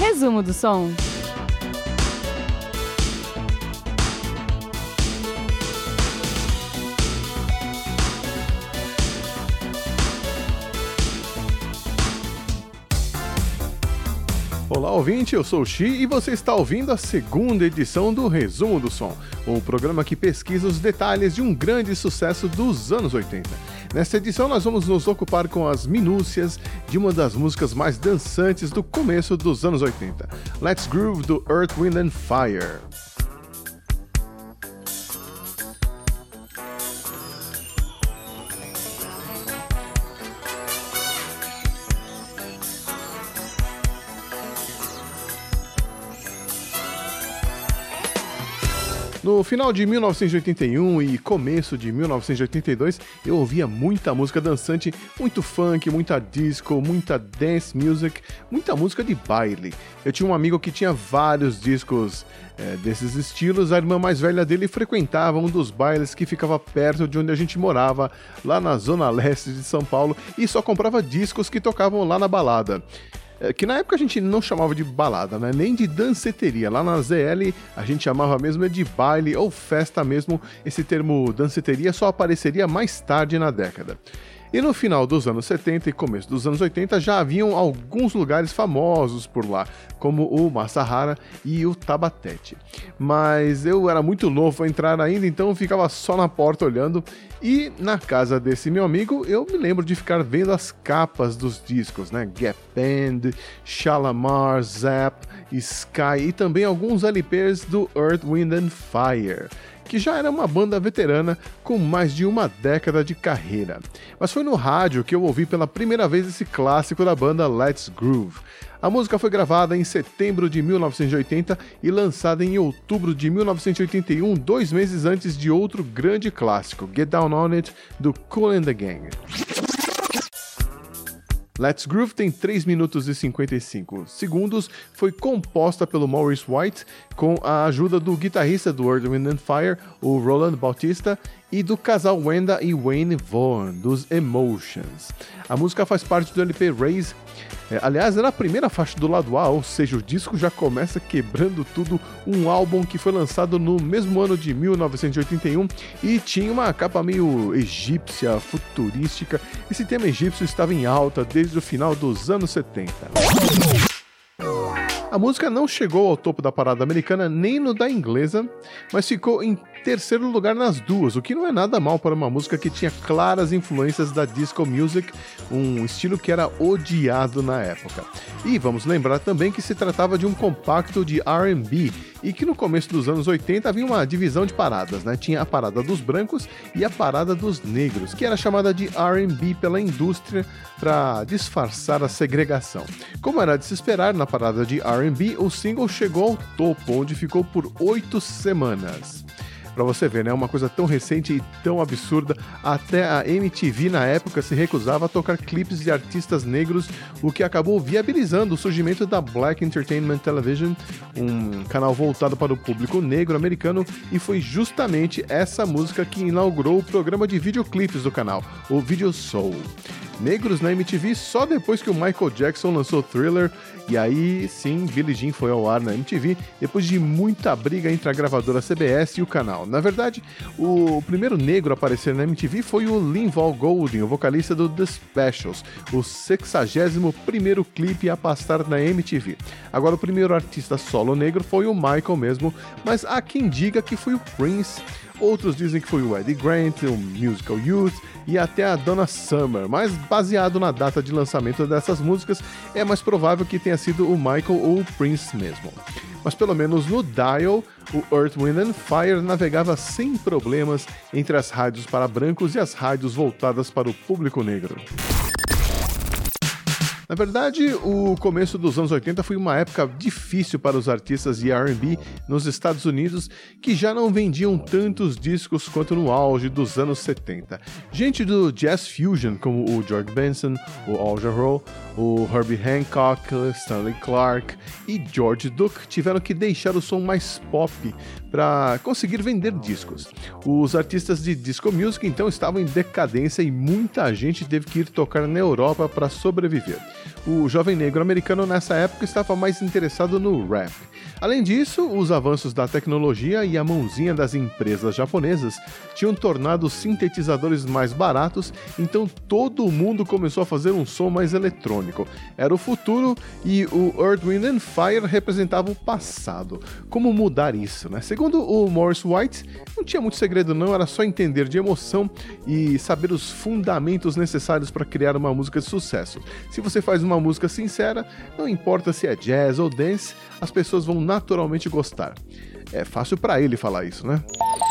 Resumo do som. Olá, ouvinte, eu sou o Xi e você está ouvindo a segunda edição do Resumo do Som, o programa que pesquisa os detalhes de um grande sucesso dos anos 80. Nesta edição nós vamos nos ocupar com as minúcias de uma das músicas mais dançantes do começo dos anos 80, Let's Groove, do Earth, Wind and Fire. No final de 1981 e começo de 1982, eu ouvia muita música dançante, muito funk, muita disco, muita dance music, muita música de baile. Eu tinha um amigo que tinha vários discos desses estilos. A irmã mais velha dele frequentava um dos bailes que ficava perto de onde a gente morava, lá na zona leste de São Paulo, e só comprava discos que tocavam lá na balada. Que na época a gente não chamava de balada, né? Nem de danceteria. Lá na ZL a gente chamava mesmo de baile ou festa mesmo. Esse termo danceteria só apareceria mais tarde na década. E no final dos anos 70 e começo dos anos 80 já haviam alguns lugares famosos por lá, como o Massahara e o Tabatete. Mas eu era muito novo para entrar ainda, então eu ficava só na porta olhando. E na casa desse meu amigo, eu me lembro de ficar vendo as capas dos discos, né? Gap Band, Shalamar, Zap, Sky e também alguns LPs do Earth, Wind and Fire, que já era uma banda veterana com mais de uma década de carreira. Mas foi no rádio que eu ouvi pela primeira vez esse clássico da banda, Let's Groove. A música foi gravada em setembro de 1980 e lançada em outubro de 1981, 2 meses antes de outro grande clássico, Get Down On It, do Kool and the Gang. Let's Groove tem 3 minutos e 55 segundos, foi composta pelo Maurice White com a ajuda do guitarrista do Earth, Wind and Fire, o Roland Bautista, e do casal Wenda e Wayne Vaughan, dos Emotions. A música faz parte do LP Raise. Aliás, era a primeira faixa do lado A, ou seja, o disco já começa quebrando tudo, um álbum que foi lançado no mesmo ano de 1981 e tinha uma capa meio egípcia, futurística. Esse tema egípcio estava em alta desde o final dos anos 70. A música não chegou ao topo da parada americana nem no da inglesa, mas ficou em terceiro lugar nas duas, o que não é nada mal para uma música que tinha claras influências da disco music, um estilo que era odiado na época. E vamos lembrar também que se tratava de um compacto de R&B e que no começo dos anos 80 havia uma divisão de paradas, né? Tinha a parada dos brancos e a parada dos negros, que era chamada de R&B pela indústria para disfarçar a segregação. Como era de se esperar, na parada de R&B, o single chegou ao topo, onde ficou por 8 semanas. Pra você ver, né? Uma coisa tão recente e tão absurda, até a MTV na época se recusava a tocar clipes de artistas negros, o que acabou viabilizando o surgimento da Black Entertainment Television, um canal voltado para o público negro americano, e foi justamente essa música que inaugurou o programa de videoclipes do canal, o Video Soul. Negros na MTV só depois que o Michael Jackson lançou Thriller, e aí sim, Billie Jean foi ao ar na MTV depois de muita briga entre a gravadora CBS e o canal. Na verdade, o primeiro negro a aparecer na MTV foi o Linval Golding, o vocalista do The Specials, o 61º clipe a passar na MTV. Agora, o primeiro artista solo negro foi o Michael mesmo, mas há quem diga que foi o Prince. Outros dizem que foi o Eddie Grant, o Musical Youth e até a Donna Summer, mas baseado na data de lançamento dessas músicas, é mais provável que tenha sido o Michael ou o Prince mesmo. Mas pelo menos no dial, o Earth, Wind and Fire navegava sem problemas entre as rádios para brancos e as rádios voltadas para o público negro. Na verdade, o começo dos anos 80 foi uma época difícil para os artistas de R&B nos Estados Unidos, que já não vendiam tantos discos quanto no auge dos anos 70. Gente do Jazz Fusion, como o George Benson, o Al Jarreau, O Herbie Hancock, Stanley Clarke e George Duke tiveram que deixar o som mais pop para conseguir vender discos. Os artistas de disco music então estavam em decadência e muita gente teve que ir tocar na Europa para sobreviver. O jovem negro americano nessa época estava mais interessado no rap. Além disso, os avanços da tecnologia e a mãozinha das empresas japonesas tinham tornado os sintetizadores mais baratos, então todo mundo começou a fazer um som mais eletrônico. Era o futuro e o Earth, Wind and Fire representava o passado. Como mudar isso, né? Segundo o Maurice White, não tinha muito segredo não, era só entender de emoção e saber os fundamentos necessários para criar uma música de sucesso. Se você faz uma música sincera, não importa se é jazz ou dance, as pessoas vão naturalmente gostar. É fácil para ele falar isso, né?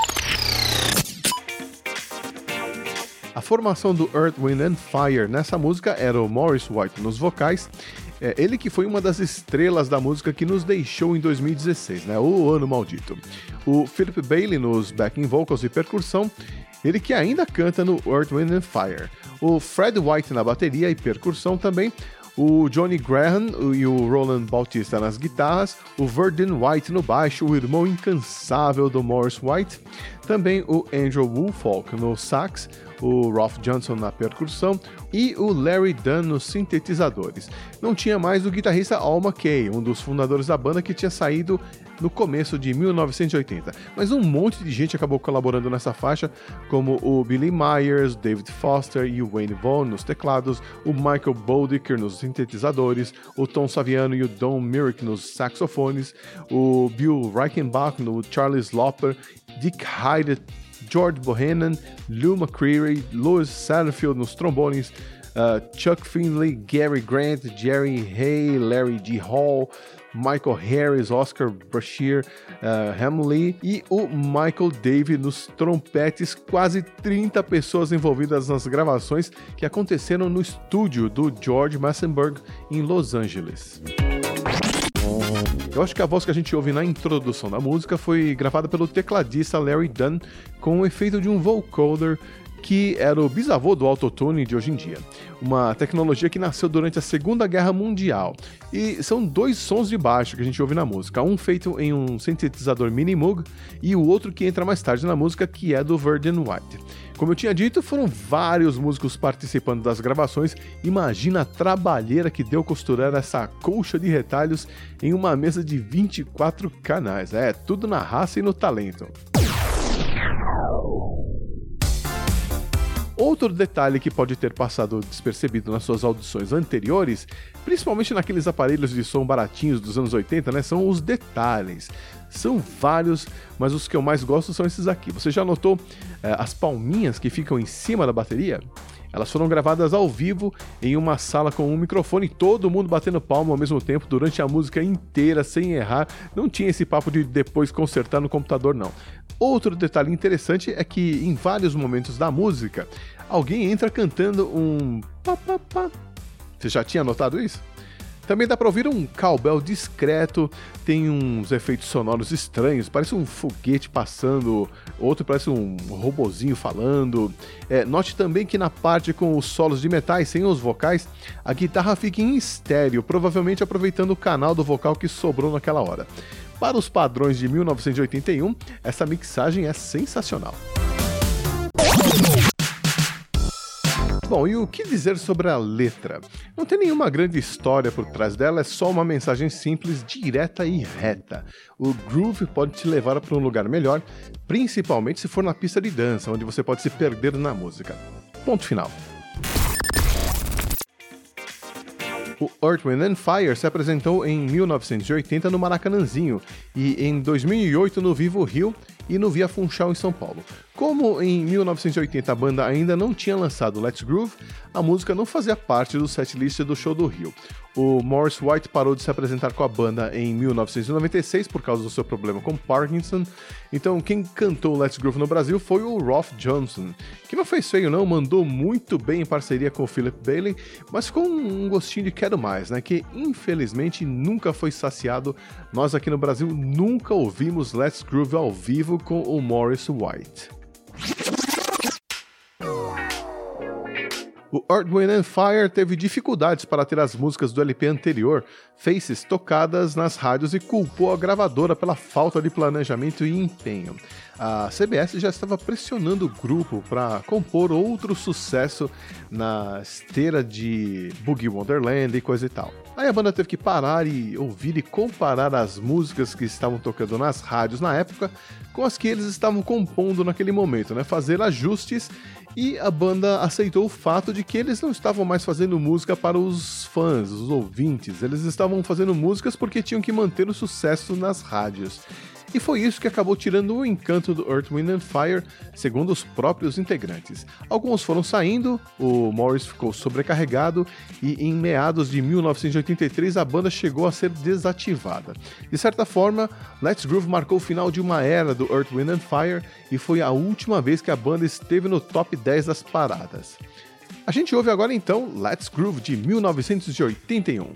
A formação do Earth, Wind and Fire nessa música era o Maurice White nos vocais, ele que foi uma das estrelas da música que nos deixou em 2016, né? O ano maldito. O Philip Bailey nos backing vocals e percussão, ele que ainda canta no Earth, Wind and Fire. O Fred White na bateria e percussão também, o Johnny Graham e o Roland Bautista nas guitarras, o Verdun White no baixo, o irmão incansável do Maurice White, também o Andrew Woolfolk no sax, o Ralph Johnson na percussão e o Larry Dunn nos sintetizadores. Não tinha mais o guitarrista Al McKay, um dos fundadores da banda que tinha saído no começo de 1980, mas um monte de gente acabou colaborando nessa faixa, como o Billy Myers, David Foster e o Wayne Vaughn nos teclados, o Michael Boudicca nos sintetizadores, o Tom Saviano e o Don Myrick nos saxofones, o Bill Reichenbach no Charlie Sloper, Dick Hyde, George Bohannon, Lou McCreary, Louis Satterfield nos trombones, Chuck Findlay, Gary Grant, Jerry Hay, Larry G. Hall, Michael Harris, Oscar Brashear, Ham Lee e o Michael Davey nos trompetes, quase 30 pessoas envolvidas nas gravações que aconteceram no estúdio do George Massenburg em Los Angeles. Eu acho que a voz que a gente ouve na introdução da música foi gravada pelo tecladista Larry Dunn com o efeito de um vocoder que era o bisavô do autotune de hoje em dia. Uma tecnologia que nasceu durante a Segunda Guerra Mundial. E são dois sons de baixo que a gente ouve na música, um feito em um sintetizador Mini Moog e o outro que entra mais tarde na música, que é do Verdun White. Como eu tinha dito, foram vários músicos participando das gravações. Imagina a trabalheira que deu costurar essa colcha de retalhos em uma mesa de 24 canais. É, tudo na raça e no talento. Outro detalhe que pode ter passado despercebido nas suas audições anteriores, principalmente naqueles aparelhos de som baratinhos dos anos 80, né, são os detalhes. São vários, mas os que eu mais gosto são esses aqui. Você já notou as palminhas que ficam em cima da bateria? Elas foram gravadas ao vivo em uma sala com um microfone, todo mundo batendo palma ao mesmo tempo durante a música inteira, sem errar. Não tinha esse papo de depois consertar no computador, não. Outro detalhe interessante é que em vários momentos da música, alguém entra cantando um pá pá pá. Você já tinha notado isso? Também dá para ouvir um cowbell discreto, tem uns efeitos sonoros estranhos, parece um foguete passando, outro parece um robozinho falando. Note também que na parte com os solos de metais sem os vocais, a guitarra fica em estéreo, provavelmente aproveitando o canal do vocal que sobrou naquela hora. Para os padrões de 1981, essa mixagem é sensacional. Bom, e o que dizer sobre a letra? Não tem nenhuma grande história por trás dela, é só uma mensagem simples, direta e reta. O groove pode te levar para um lugar melhor, principalmente se for na pista de dança, onde você pode se perder na música. Ponto final. O Earth, Wind and Fire se apresentou em 1980 no Maracanãzinho e em 2008 no Vivo Rio e no Via Funchal em São Paulo. Como em 1980 a banda ainda não tinha lançado Let's Groove, a música não fazia parte do setlist do show do Rio. O Maurice White parou de se apresentar com a banda em 1996 por causa do seu problema com Parkinson, então quem cantou Let's Groove no Brasil foi o Ralph Johnson, que não fez feio não, mandou muito bem em parceria com o Philip Bailey, mas com um gostinho de quero mais, né, que infelizmente nunca foi saciado. Nós aqui no Brasil nunca ouvimos Let's Groove ao vivo com o Maurice White. O Earth, Wind and Fire teve dificuldades para ter as músicas do LP anterior, Faces, tocadas nas rádios e culpou a gravadora pela falta de planejamento e empenho. A CBS já estava pressionando o grupo para compor outro sucesso na esteira de Boogie Wonderland e coisa e tal. Aí a banda teve que parar e ouvir e comparar as músicas que estavam tocando nas rádios na época com as que eles estavam compondo naquele momento, né? Fazer ajustes, e a banda aceitou o fato de que eles não estavam mais fazendo música para os fãs, os ouvintes, eles estavam fazendo músicas porque tinham que manter o sucesso nas rádios. E foi isso que acabou tirando o encanto do Earth, Wind and Fire, segundo os próprios integrantes. Alguns foram saindo, o Morris ficou sobrecarregado e em meados de 1983 a banda chegou a ser desativada. De certa forma, Let's Groove marcou o final de uma era do Earth, Wind and Fire e foi a última vez que a banda esteve no top 10 das paradas. A gente ouve agora então Let's Groove de 1981.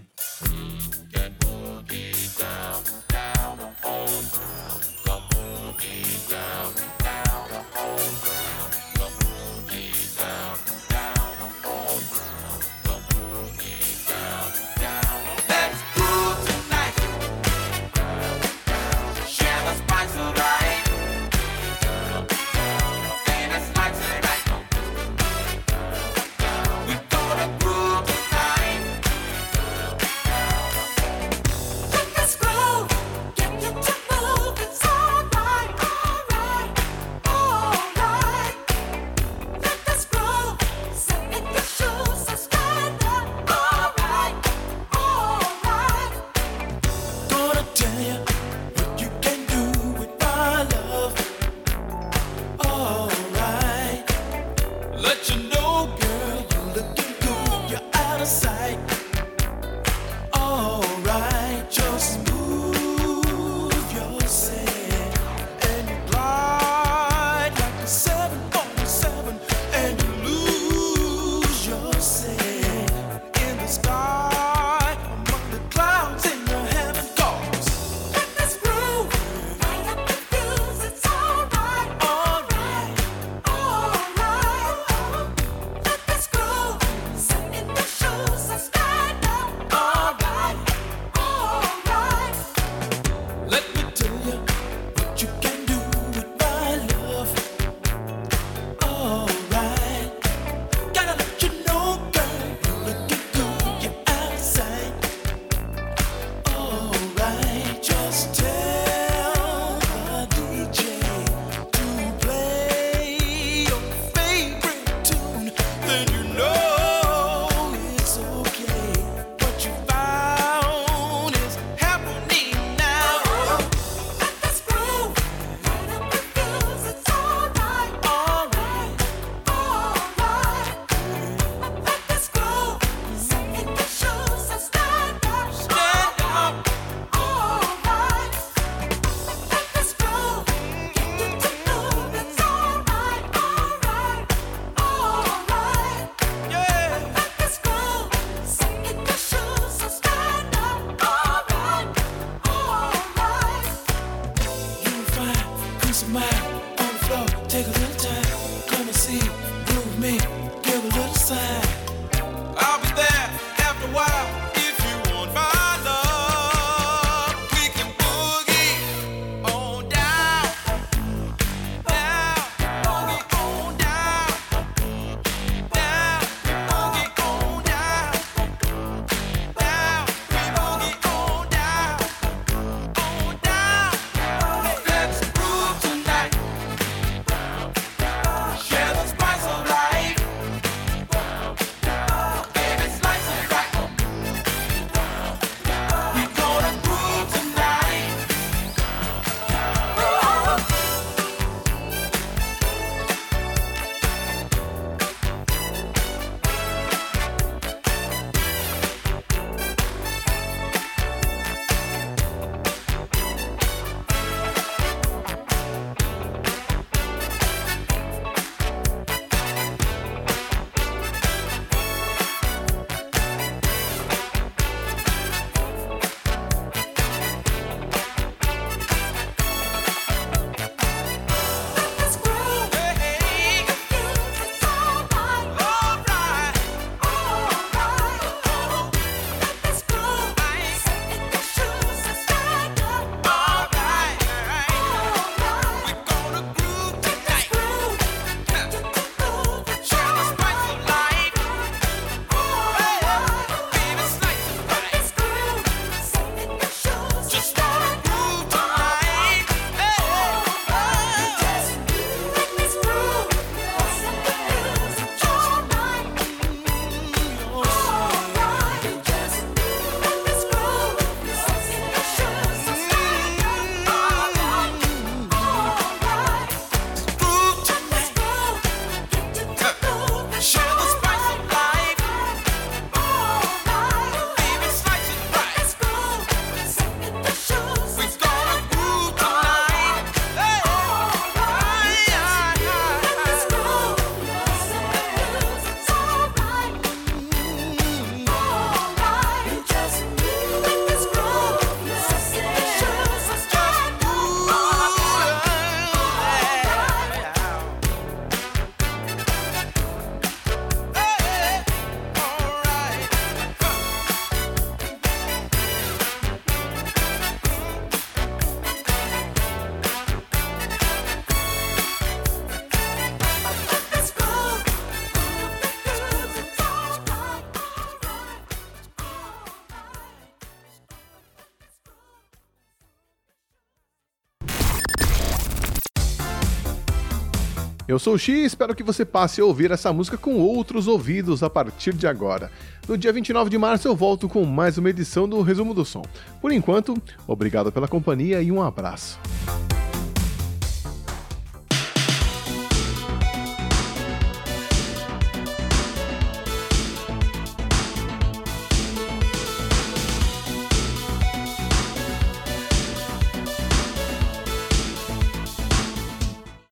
Eu sou o Xi e espero que você passe a ouvir essa música com outros ouvidos a partir de agora. No dia 29 de março eu volto com mais uma edição do Resumo do Som. Por enquanto, obrigado pela companhia e um abraço.